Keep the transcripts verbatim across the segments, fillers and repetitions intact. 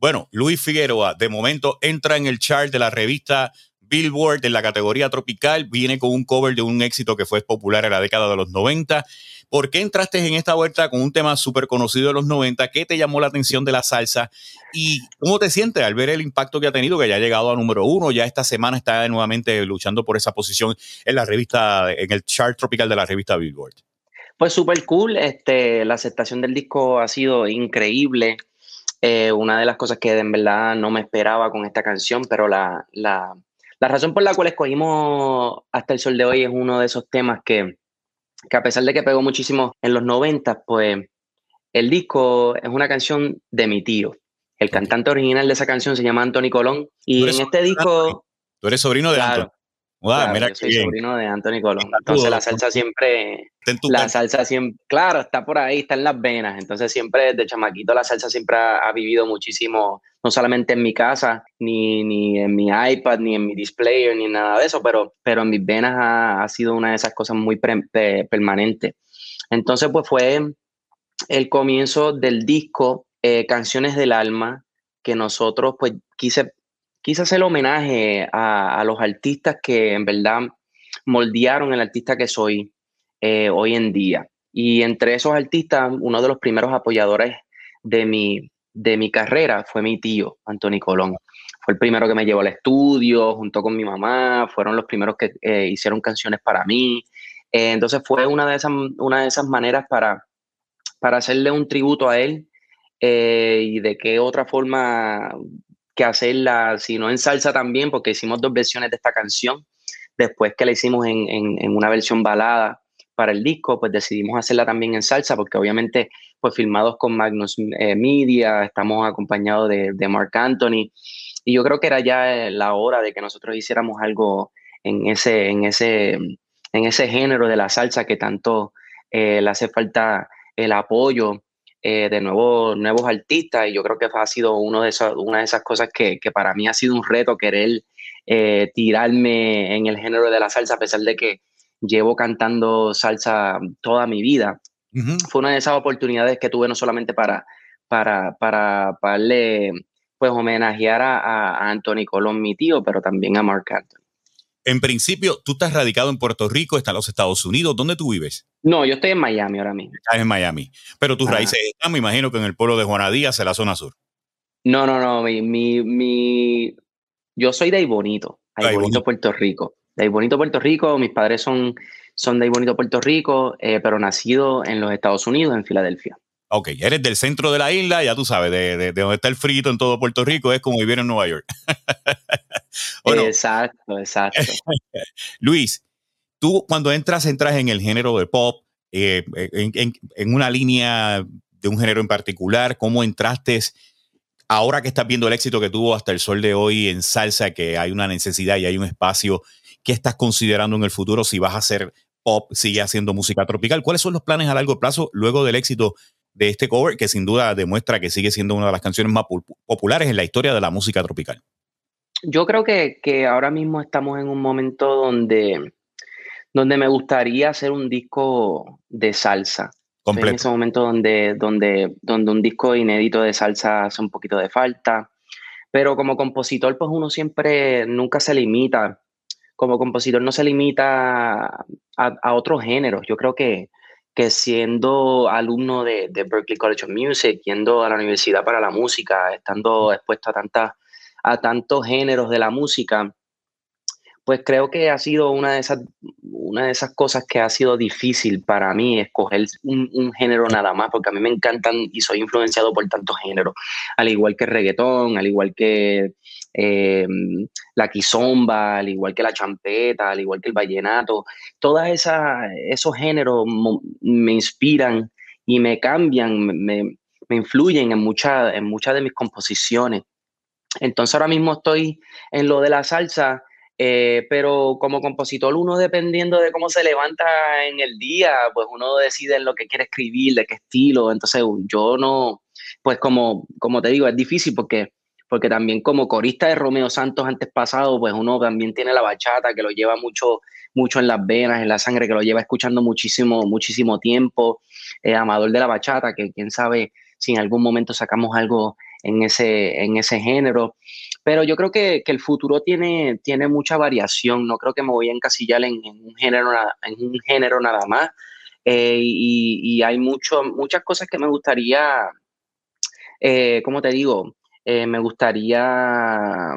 Bueno, Luis Figueroa, de momento entra en el chart de la revista Billboard en la categoría tropical, viene con un cover de un éxito que fue popular en la década de los noventa. ¿Por qué entraste en esta vuelta con un tema súper conocido de los noventa? ¿Qué te llamó la atención de la salsa? ¿Y cómo te sientes al ver el impacto que ha tenido, que ya ha llegado a número uno? Ya esta semana está nuevamente luchando por esa posición en la revista, en el chart tropical de la revista Billboard. Pues súper cool, este, la aceptación del disco ha sido increíble. Eh, una de las cosas que en verdad no me esperaba con esta canción, pero la, la, la razón por la cual escogimos Hasta el Sol de Hoy es uno de esos temas que, que a pesar de que pegó muchísimo en los noventa, pues el disco es una canción de mi tío. El Okay. cantante original de esa canción se llama Anthony Colón. Y en este disco, tú eres sobrino de claro, Anthony. Wow, claro, mira yo qué soy bien. sobrino de Anthony Colón. Entonces la salsa siempre, la salsa siempre, claro, está por ahí, está en las venas. Entonces siempre desde chamaquito la salsa siempre ha, ha vivido muchísimo, no solamente en mi casa, ni, ni en mi iPad, ni en mi displayer, ni nada de eso, pero, pero en mis venas ha, ha sido una de esas cosas muy pre, pre, permanentes. Entonces pues fue el comienzo del disco eh, Canciones del Alma, que nosotros pues quise quise hacer homenaje a, a los artistas que en verdad moldearon el artista que soy eh, hoy en día. Y entre esos artistas, uno de los primeros apoyadores de mi, de mi carrera fue mi tío, Anthony Colón. Fue el primero que me llevó al estudio junto con mi mamá, fueron los primeros que eh, hicieron canciones para mí. Eh, entonces fue una de esas, una de esas maneras para, para hacerle un tributo a él. Eh, y de qué otra forma que hacerla, si no en salsa también, porque hicimos dos versiones de esta canción. Después que la hicimos en, en, en una versión balada para el disco, pues decidimos hacerla también en salsa, porque obviamente, pues filmados con Magnus eh, Media, estamos acompañados de, de Marc Anthony, y yo creo que era ya la hora de que nosotros hiciéramos algo en ese, en ese, en ese género de la salsa que tanto eh, le hace falta el apoyo eh, de nuevo, nuevos artistas, y yo creo que ha sido uno de esos, una de esas cosas que, que para mí ha sido un reto querer eh, tirarme en el género de la salsa, a pesar de que llevo cantando salsa toda mi vida. Uh-huh. Fue una de esas oportunidades que tuve no solamente para, para, para, para darle, pues, homenajear a, a Anthony Colón, mi tío, pero también a Marc Anthony. En principio, tú estás radicado en Puerto Rico, estás en los Estados Unidos. ¿Dónde tú vives? No, yo estoy en Miami ahora mismo. Estás en Miami. Pero tus ah. raíces están, me imagino, que en el pueblo de Juana Díaz, en la zona sur. No, no, no. Mi, mi, mi... Yo soy de Aybonito, Aybonito, Puerto Rico. De Aybonito, Puerto Rico. Mis padres son, son de Aybonito, Puerto Rico, eh, pero nacido en los Estados Unidos, en Filadelfia. Ok, eres del centro de la isla, ya tú sabes, de, de, de donde está el frito en todo Puerto Rico, es como vivir en Nueva York. Bueno, exacto, exacto. Luis, tú cuando entras, entras en el género de pop, eh, en, en, en una línea de un género en particular. ¿Cómo entraste ahora que estás viendo el éxito que tuvo Hasta el Sol de Hoy en salsa, que hay una necesidad y hay un espacio? ¿Qué estás considerando en el futuro? Si vas a hacer pop, sigue haciendo música tropical. ¿Cuáles son los planes a largo plazo luego del éxito de este cover, que sin duda demuestra que sigue siendo una de las canciones más populares en la historia de la música tropical? Yo creo que, que ahora mismo estamos en un momento donde, donde me gustaría hacer un disco de salsa. Estoy en ese momento donde, donde, donde un disco inédito de salsa hace un poquito de falta. Pero como compositor, pues uno siempre, nunca se limita. Como compositor no se limita a, a otros géneros. Yo creo que, que siendo alumno de, de Berklee College of Music, yendo a la Universidad para la Música, estando expuesto a tantas a tantos géneros de la música, pues creo que ha sido una de esas, una de esas cosas que ha sido difícil para mí, escoger un, un género nada más, porque a mí me encantan y soy influenciado por tantos géneros, al igual que el reggaetón, al igual que eh, la quizomba, al igual que la champeta, al igual que el vallenato. Todos esos géneros me inspiran y me cambian, me, me influyen en, mucha, en muchas de mis composiciones. Entonces ahora mismo estoy en lo de la salsa, eh, pero como compositor uno, dependiendo de cómo se levanta en el día, pues uno decide en lo que quiere escribir, de qué estilo. Entonces yo no, pues como, como te digo, es difícil porque, porque también como corista de Romeo Santos antes pasado, pues uno también tiene la bachata que lo lleva mucho, mucho en las venas, en la sangre, que lo lleva escuchando muchísimo, muchísimo tiempo, eh, amador de la bachata, que quién sabe si en algún momento sacamos algo en ese, en ese género. Pero yo creo que, que el futuro tiene, tiene mucha variación. No creo que me voy a encasillar en, en un, género, en un género nada más. Eh, y, y hay mucho, muchas cosas que me gustaría, eh, ¿cómo te digo? Eh, me gustaría,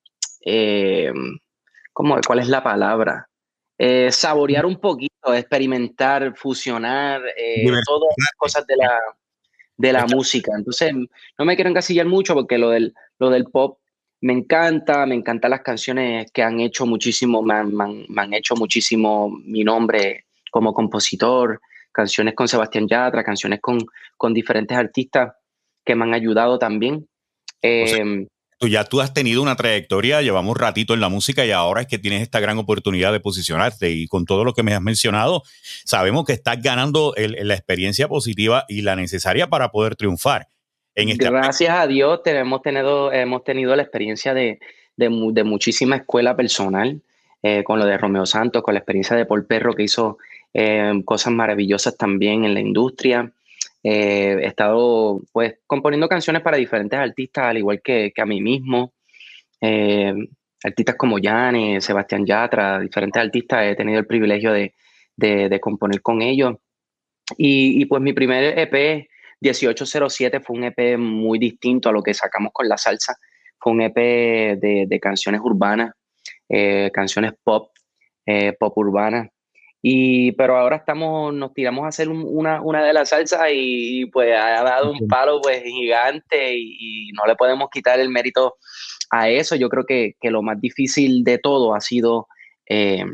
eh, ¿cómo, ¿cuál es la palabra? Eh, saborear un poquito, experimentar, fusionar, eh, todas las cosas de la, de la música. Entonces, no me quiero encasillar mucho porque lo del, lo del pop me encanta, me encantan las canciones que han hecho muchísimo, me han, me han, me han hecho muchísimo mi nombre como compositor, canciones con Sebastián Yatra, canciones con, con diferentes artistas que me han ayudado también. O sea, eh, tú ya tú has tenido una trayectoria, llevamos ratito en la música y ahora es que tienes esta gran oportunidad de posicionarte, y con todo lo que me has mencionado, sabemos que estás ganando el, la experiencia positiva y la necesaria para poder triunfar. En este Gracias aspecto. A Dios tenemos tenido, hemos tenido la experiencia de, de, de muchísima escuela personal, eh, con lo de Romeo Santos, con la experiencia de Paul Perro, que hizo eh, cosas maravillosas también en la industria. Eh, he estado pues componiendo canciones para diferentes artistas, al igual que, que a mí mismo. Eh, artistas como Yane, Sebastián Yatra, diferentes artistas, he tenido el privilegio de, de, de componer con ellos. Y, y pues mi primer E P, dieciocho cero siete, fue un E P muy distinto a lo que sacamos con la salsa. Fue un E P de, de canciones urbanas, eh, canciones pop, eh, pop urbana. Y, pero ahora estamos, nos tiramos a hacer un, una, una de las salsas y pues ha dado un palo pues gigante y, y no le podemos quitar el mérito a eso. Yo creo que, que lo más difícil de todo ha sido eh,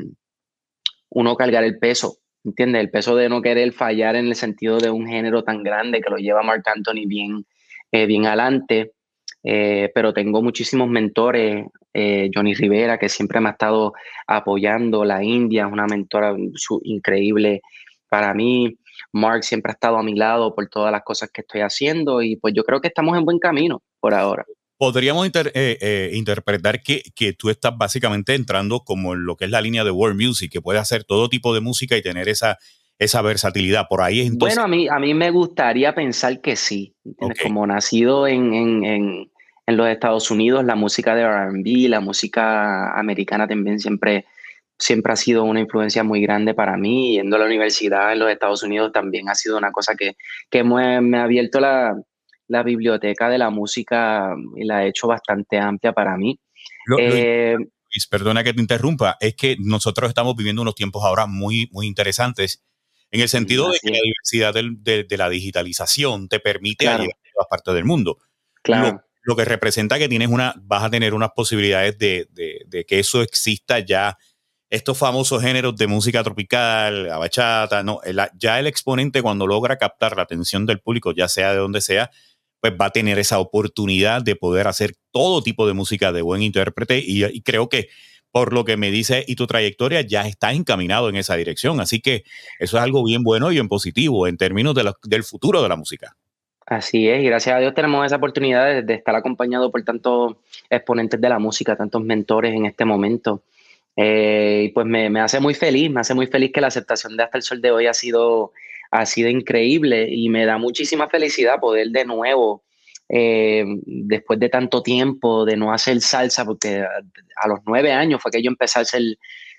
uno cargar el peso, ¿entiendes? El peso de no querer fallar en el sentido de un género tan grande que lo lleva Marc Anthony bien, eh, bien adelante. Eh, pero tengo muchísimos mentores, eh, Johnny Rivera, que siempre me ha estado apoyando, la India es una mentora su, increíble para mí, Mark siempre ha estado a mi lado por todas las cosas que estoy haciendo y pues yo creo que estamos en buen camino por ahora. Podríamos inter, eh, eh, interpretar que, que tú estás básicamente entrando como en lo que es la línea de world music, que puedes hacer todo tipo de música y tener esa, esa versatilidad. Por ahí entonces. Bueno, a mí, a mí me gustaría pensar que sí. ¿Entiendes? Okay. Como nacido en, en, en, en los Estados Unidos, la música de R and B, la música americana también siempre, siempre ha sido una influencia muy grande para mí. Yendo a la universidad en los Estados Unidos también ha sido una cosa que, que me, me ha abierto la, la biblioteca de la música y la ha hecho bastante amplia para mí. Lo, eh, lo, Luis, perdona que te interrumpa, es que nosotros estamos viviendo unos tiempos ahora muy, muy interesantes en el sentido de que la diversidad del, de, de la digitalización te permite claro. llegar a todas partes del mundo. Claro. Lo, lo que representa que tienes una, vas a tener unas posibilidades de, de, de que eso exista ya. Estos famosos géneros de música tropical, la bachata, no, el, ya el exponente cuando logra captar la atención del público, ya sea de donde sea, pues va a tener esa oportunidad de poder hacer todo tipo de música de buen intérprete y, y creo que por lo que me dice y tu trayectoria ya está encaminado en esa dirección. Así que eso es algo bien bueno y bien positivo en términos de la, del futuro de la música. Así es, y gracias a Dios tenemos esa oportunidad de, de estar acompañado por tantos exponentes de la música, tantos mentores en este momento. Eh, y pues me, me hace muy feliz, me hace muy feliz que la aceptación de Hasta el Sol de Hoy ha sido, ha sido increíble y me da muchísima felicidad poder de nuevo, eh, después de tanto tiempo de no hacer salsa, porque a, a los nueve años fue que yo empecé a hacer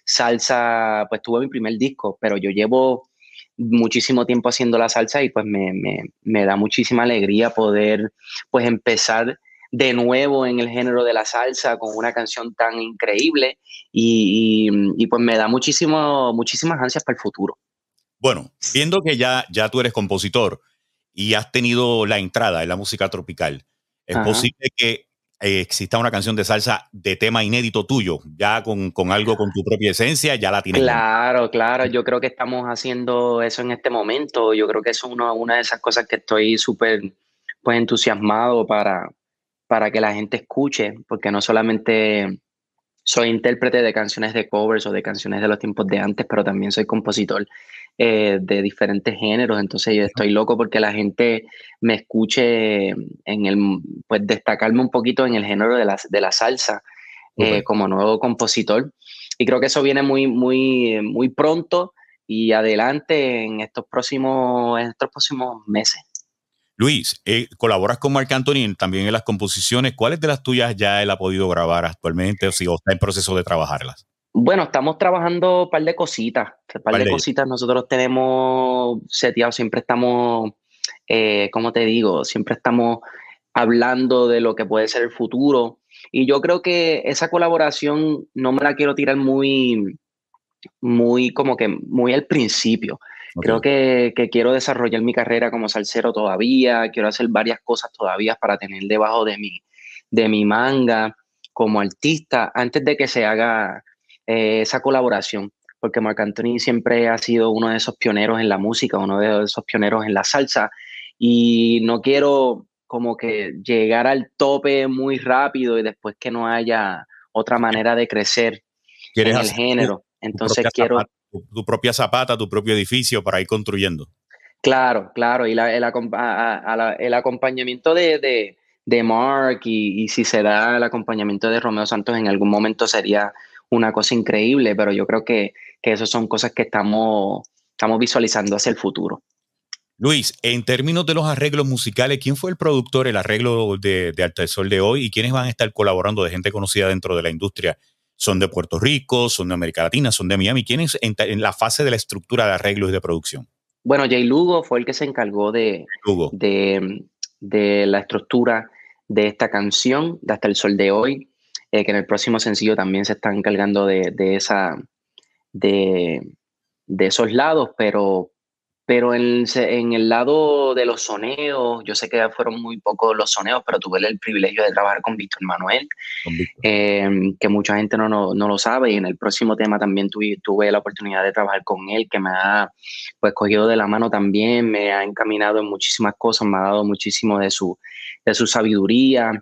salsa, pues tuve mi primer disco, pero yo llevo muchísimo tiempo haciendo la salsa y pues me, me, me da muchísima alegría poder pues empezar de nuevo en el género de la salsa con una canción tan increíble y, y, y pues me da muchísimo, muchísimas ansias para el futuro. Bueno, viendo que ya, ya tú eres compositor y has tenido la entrada en la música tropical, es Ajá. posible que eh, exista una canción de salsa de tema inédito tuyo, ya con, con algo con tu propia esencia, ya la tienes. Claro, claro, yo creo que estamos haciendo eso en este momento, yo creo que eso es una, una de esas cosas que estoy súper pues entusiasmado para, para que la gente escuche, porque no solamente soy intérprete de canciones de covers o de canciones de los tiempos de antes, pero también soy compositor eh, de diferentes géneros, entonces yo estoy loco porque la gente me escuche en el, pues destacarme un poquito en el género de la, de la salsa eh, como nuevo compositor, y creo que eso viene muy, muy, muy pronto y adelante en estos próximos, en estos próximos meses. Luis, eh, colaboras con Marc Anthony también en las composiciones. ¿Cuáles de las tuyas ya él ha podido grabar actualmente o si o está en proceso de trabajarlas? Bueno, estamos trabajando un par de cositas, un par de cositas nosotros tenemos seteado, siempre estamos, eh, ¿cómo te digo? Siempre estamos hablando de lo que puede ser el futuro. Y yo creo que esa colaboración no me la quiero tirar muy, muy, como que muy al principio. Okay. Creo que, que quiero desarrollar mi carrera como salsero todavía, quiero hacer varias cosas todavía para tener debajo de mi, de mi manga como artista antes de que se haga eh, esa colaboración, porque Marc Anthony siempre ha sido uno de esos pioneros en la música, uno de esos pioneros en la salsa, y no quiero como que llegar al tope muy rápido y después que no haya otra manera de crecer en el género. Entonces tu quiero... Zapata, tu, tu propia zapata, tu propio edificio para ir construyendo. Claro, claro, y la, el, a, a la, el acompañamiento de, de, de Marc y, y si se da el acompañamiento de Romeo Santos en algún momento sería una cosa increíble, pero yo creo que, que esas son cosas que estamos, estamos visualizando hacia el futuro. Luis, en términos de los arreglos musicales, ¿quién fue el productor, el arreglo de, de Hasta el Sol de Hoy y quiénes van a estar colaborando de gente conocida dentro de la industria? ¿Son de Puerto Rico, son de América Latina, son de Miami? ¿Quiénes en, en la fase de la estructura de arreglos y de producción? Bueno, Jay Lugo fue el que se encargó de, de, de la estructura de esta canción, de Hasta el Sol de Hoy, eh, que en el próximo sencillo también se está encargando de, de, esa, de, de esos lados, pero, pero en, en el lado de los soneos, yo sé que fueron muy pocos los soneos, pero tuve el privilegio de trabajar con Víctor Manuel, eh, que mucha gente no, no, no lo sabe, y en el próximo tema también tuve, tuve la oportunidad de trabajar con él, que me ha pues cogido de la mano también, me ha encaminado en muchísimas cosas, me ha dado muchísimo de su, de su sabiduría,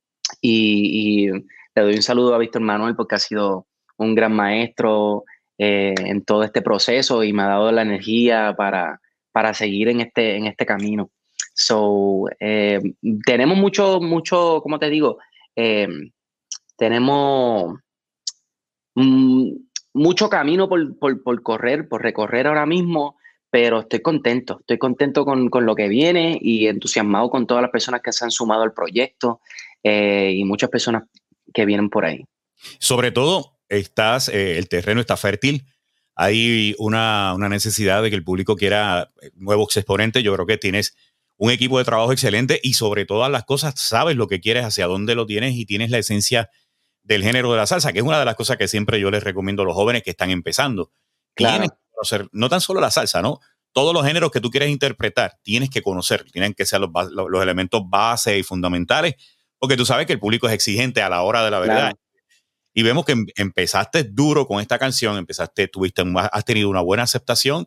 y, y le doy un saludo a Víctor Manuel porque ha sido un gran maestro eh, en todo este proceso y me ha dado la energía para, para seguir en este, en este camino. So, eh, tenemos mucho, mucho, ¿cómo te digo? Eh, tenemos mm, mucho camino por, por, por correr, por recorrer ahora mismo, pero estoy contento, estoy contento con, con lo que viene y entusiasmado con todas las personas que se han sumado al proyecto eh, y muchas personas que vienen por ahí. Sobre todo, estás, eh, el terreno está fértil, hay una, una necesidad de que el público quiera nuevos exponentes. Yo creo que tienes un equipo de trabajo excelente y sobre todas las cosas sabes lo que quieres, hacia dónde lo tienes y tienes la esencia del género de la salsa, que es una de las cosas que siempre yo les recomiendo a los jóvenes que están empezando. Claro. Tienes que conocer, no tan solo la salsa, ¿no? Todos los géneros que tú quieres interpretar, tienes que conocer, tienen que ser los, los, los elementos base y fundamentales, porque tú sabes que el público es exigente a la hora de la verdad. Claro. Y vemos que empezaste duro con esta canción, empezaste, tuviste, has tenido una buena aceptación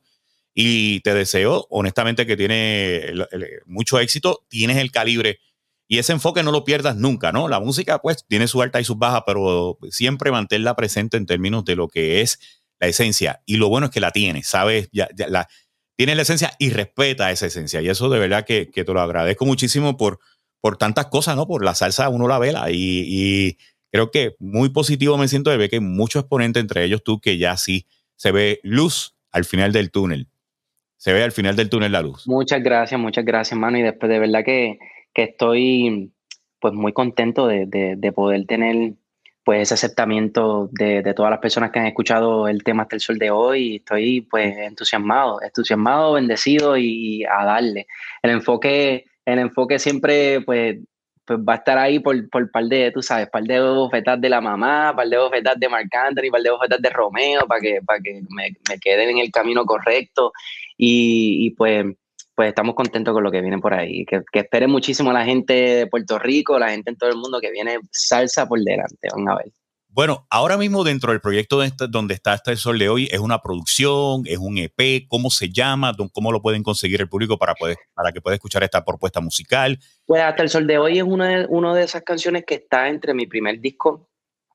y te deseo, honestamente, que tiene mucho éxito, tienes el calibre y ese enfoque no lo pierdas nunca, ¿no? La música, pues, tiene su alta y sus bajas, pero siempre manténla presente en términos de lo que es la esencia. Y lo bueno es que la tienes, ¿sabes? Ya, ya la, tienes la esencia y respeta esa esencia. Y eso de verdad que, que te lo agradezco muchísimo por, por tantas cosas, ¿no? Por la salsa uno la vela y, y creo que muy positivo me siento de ver que hay muchos exponentes, entre ellos tú, que ya sí se ve luz al final del túnel. Se ve al final del túnel la luz. Muchas gracias, muchas gracias, mano. Y después de verdad que, que estoy pues muy contento de, de, de poder tener pues ese aceptamiento de, de todas las personas que han escuchado el tema Hasta el Sol de Hoy. Estoy pues entusiasmado, entusiasmado, bendecido y a darle. El enfoque, el enfoque siempre pues pues va a estar ahí por, por par de, tú sabes, par de bofetas de la mamá, par de bofetas de Marc Anthony, par de bofetas de Romeo, para que, para que me, me queden en el camino correcto. Y, y pues, pues estamos contentos con lo que viene por ahí. Que, que esperen muchísimo a la gente de Puerto Rico, la gente en todo el mundo, que viene salsa por delante. Van a ver. Bueno, ahora mismo dentro del proyecto de este, donde está Hasta el Sol de Hoy, ¿es una producción, es un E P? ¿Cómo se llama? ¿Cómo lo pueden conseguir el público para, poder, para que pueda escuchar esta propuesta musical? Pues Hasta el Sol de Hoy es una de, una de esas canciones que está entre mi primer disco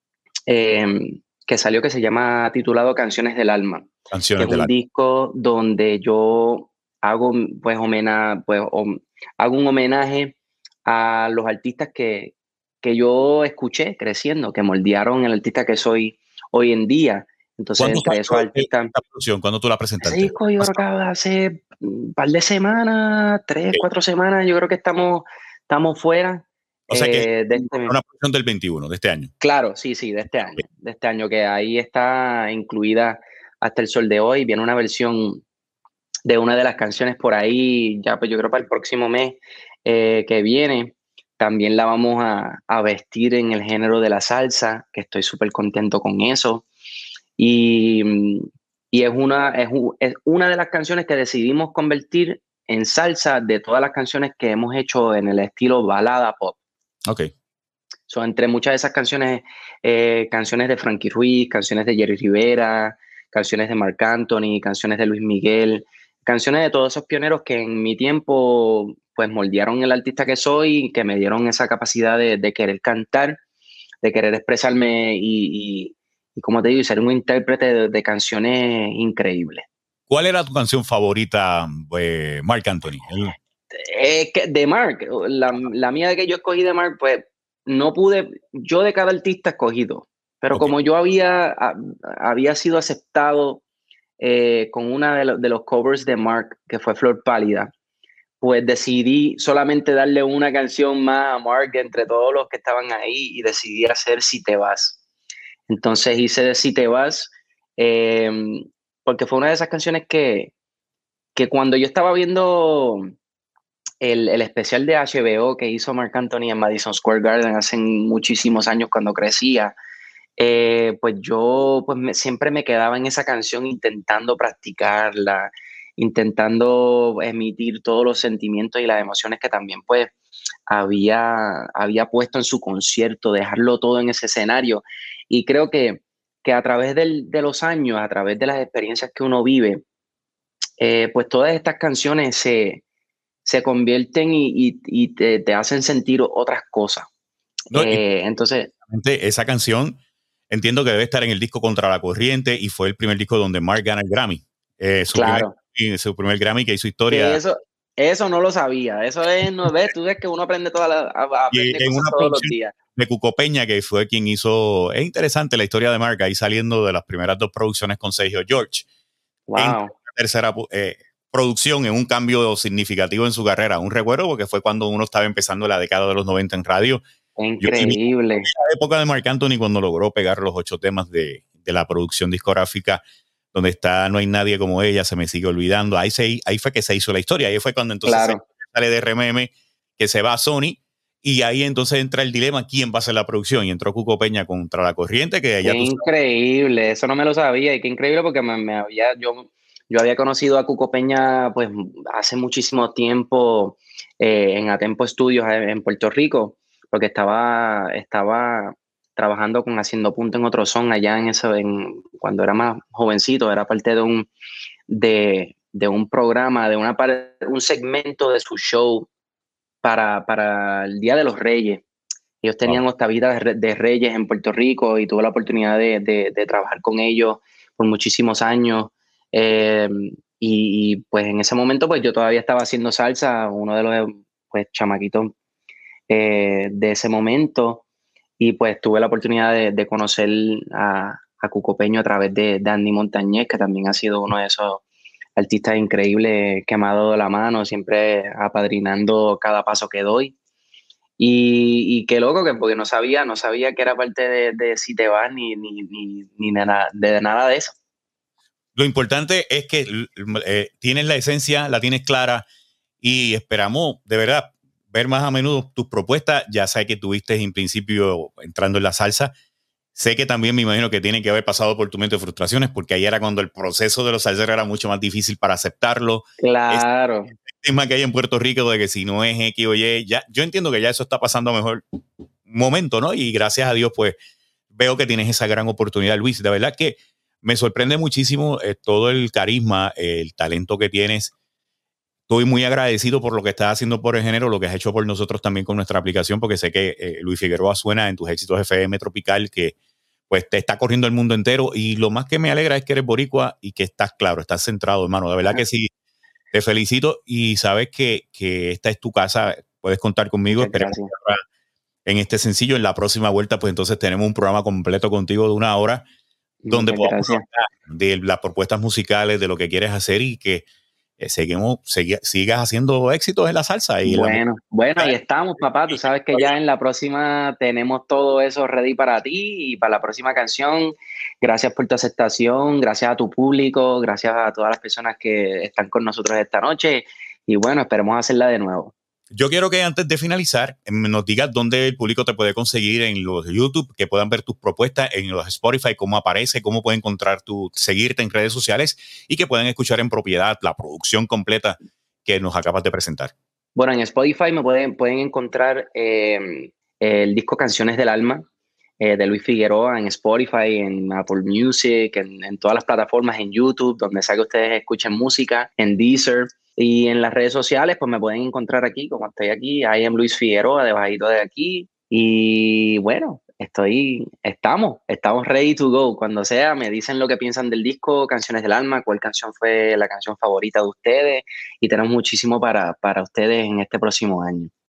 eh, que salió, que se llama, titulado Canciones del Alma. Canciones que es un disco donde yo hago, pues, homena, pues, om, hago un homenaje a los artistas que, que yo escuché creciendo, que moldearon el artista que soy hoy en día. Entonces, entre esos artistas... esta producción? ¿Cuándo tú la presentaste? Ese disco yo creo que hace un par de semanas, tres, sí. cuatro semanas, yo creo que estamos, estamos fuera. O sea que eh, de este una producción del veintiuno, de este año. Claro, sí, sí, de este año. De este año, que ahí está incluida hasta el sol de hoy. Viene una versión de una de las canciones por ahí, ya pues yo creo para el próximo mes eh, que viene. También la vamos a, a vestir en el género de la salsa, que estoy súper contento con eso. Y, y es, una, es, es una de las canciones que decidimos convertir en salsa de todas las canciones que hemos hecho en el estilo balada pop. Ok. So, entre muchas de esas canciones, eh, canciones de Frankie Ruiz, canciones de Jerry Rivera, canciones de Marc Anthony, canciones de Luis Miguel, canciones de todos esos pioneros que en mi tiempo pues moldearon el artista que soy y que me dieron esa capacidad de, de querer cantar, de querer expresarme y, y, y como te digo, ser un intérprete de, de canciones increíbles. ¿Cuál era tu canción favorita, eh, Marc Anthony? El... Eh, que de Marc, la, la mía que yo escogí de Marc, pues no pude, yo de cada artista escogí dos, pero okay. Como yo había, a, había sido aceptado eh, con una de, lo, de los covers de Marc, que fue Flor Pálida, pues decidí solamente darle una canción más a Marc entre todos los que estaban ahí y decidí hacer Si Te Vas. Entonces hice de Si Te Vas, eh, porque fue una de esas canciones que, que cuando yo estaba viendo el, el especial de H B O que hizo Marc Anthony en Madison Square Garden hace muchísimos años cuando crecía, eh, pues yo pues me, siempre me quedaba en esa canción intentando practicarla, intentando emitir todos los sentimientos y las emociones que también pues había, había puesto en su concierto, dejarlo todo en ese escenario. Y creo que, que a través del, de los años, a través de las experiencias que uno vive, eh, pues todas estas canciones se, se convierten y, y, y te, te hacen sentir otras cosas. No, eh, entonces... Esa canción entiendo que debe estar en el disco Contra la Corriente y fue el primer disco donde Marc gana el Grammy. Eh, su, claro. primer, su primer Grammy que hizo historia. Que eso, eso no lo sabía. Eso es, no ves, tú ves que uno aprende toda la, aprende en una todos los días. De Cuco Peña, que fue quien hizo. Es interesante la historia de Marc ahí saliendo de las primeras dos producciones con Sergio George. Wow. En la tercera eh, producción, en un cambio significativo en su carrera. Un recuerdo porque fue cuando uno estaba empezando la década de los noventa en radio. Increíble. En la época de Marc Anthony, cuando logró pegar los ocho temas de, de la producción discográfica, donde está No hay nadie como ella, Se me sigue olvidando. Ahí, se, ahí fue que se hizo la historia. Ahí fue cuando entonces claro. sale de R M M, que se va a Sony, y ahí entonces entra el dilema, ¿quién va a hacer la producción? Y entró Cuco Peña Contra la Corriente, que ya qué increíble, sabes. Eso no me lo sabía, y qué increíble porque me, me había, yo, yo había conocido a Cuco Peña pues hace muchísimo tiempo eh, en Atempo Studios en Puerto Rico, porque estaba, estaba trabajando con Haciendo Punto en Otro Son allá en eso, en, cuando era más jovencito, era parte de un, de, de un programa, de una, un segmento de su show para, para el Día de los Reyes. Ellos tenían wow. octavitas de, de Reyes en Puerto Rico y tuve la oportunidad de, de, de trabajar con ellos por muchísimos años. Eh, y, y pues en ese momento pues yo todavía estaba haciendo salsa, uno de los pues chamaquitos eh, de ese momento, y pues tuve la oportunidad de, de conocer a, a Cuco Peña a través de, de Andy Montañez, que también ha sido uno de esos artistas increíbles que me ha dado la mano, siempre apadrinando cada paso que doy. Y, y qué loco, que porque no sabía, no sabía que era parte de, de Si Te Vas ni, ni, ni, ni de, nada, de nada de eso. Lo importante es que eh, tienes la esencia, la tienes clara, y esperamos de verdad ver más a menudo tus propuestas. Ya sé que tuviste en principio entrando en la salsa. Sé que también me imagino que tiene que haber pasado por tu mente de frustraciones, porque ahí era cuando el proceso de los salseros era mucho más difícil para aceptarlo. Claro. Es el tema que hay en Puerto Rico de que si no es X o Y, ya, yo entiendo que ya eso está pasando a mejor momento, ¿no? Y gracias a Dios, pues, veo que tienes esa gran oportunidad, Luis. De verdad que me sorprende muchísimo eh, todo el carisma, eh, el talento que tienes. Estoy muy agradecido por lo que estás haciendo por el género, lo que has hecho por nosotros también con nuestra aplicación, porque sé que eh, Luis Figueroa suena en tus éxitos F M Tropical, que pues te está corriendo el mundo entero, y lo más que me alegra es que eres boricua y que estás claro, estás centrado, hermano. De verdad que sí, te felicito, y sabes que, que esta es tu casa, puedes contar conmigo. Esperemos en este sencillo. En la próxima vuelta, pues entonces tenemos un programa completo contigo de una hora donde podamos hablar de las propuestas musicales, de lo que quieres hacer y que eh, seguimos, sigue, sigas haciendo éxitos en la salsa. Y bueno, la... bueno, ahí estamos, papá. Tú sabes que ya en la próxima tenemos todo eso ready para ti y para la próxima canción. Gracias por tu aceptación, gracias a tu público, gracias a todas las personas que están con nosotros esta noche. Y bueno, esperemos hacerla de nuevo. Yo quiero que antes de finalizar nos digas dónde el público te puede conseguir en los YouTube, que puedan ver tus propuestas en los Spotify, cómo aparece, cómo pueden encontrar tu, seguirte en redes sociales y que puedan escuchar en propiedad la producción completa que nos acabas de presentar. Bueno, en Spotify me pueden, pueden encontrar eh, el disco Canciones del Alma eh, de Luis Figueroa en Spotify, en Apple Music, en, en todas las plataformas, en YouTube, donde sea que ustedes escuchen música, en Deezer. Y en las redes sociales, pues me pueden encontrar aquí, como estoy aquí, I am Luis Figueroa, debajito de aquí. Y bueno, estoy, estamos, estamos ready to go. Cuando sea, me dicen lo que piensan del disco, Canciones del Alma, cuál canción fue la canción favorita de ustedes. Y tenemos muchísimo para, para ustedes en este próximo año.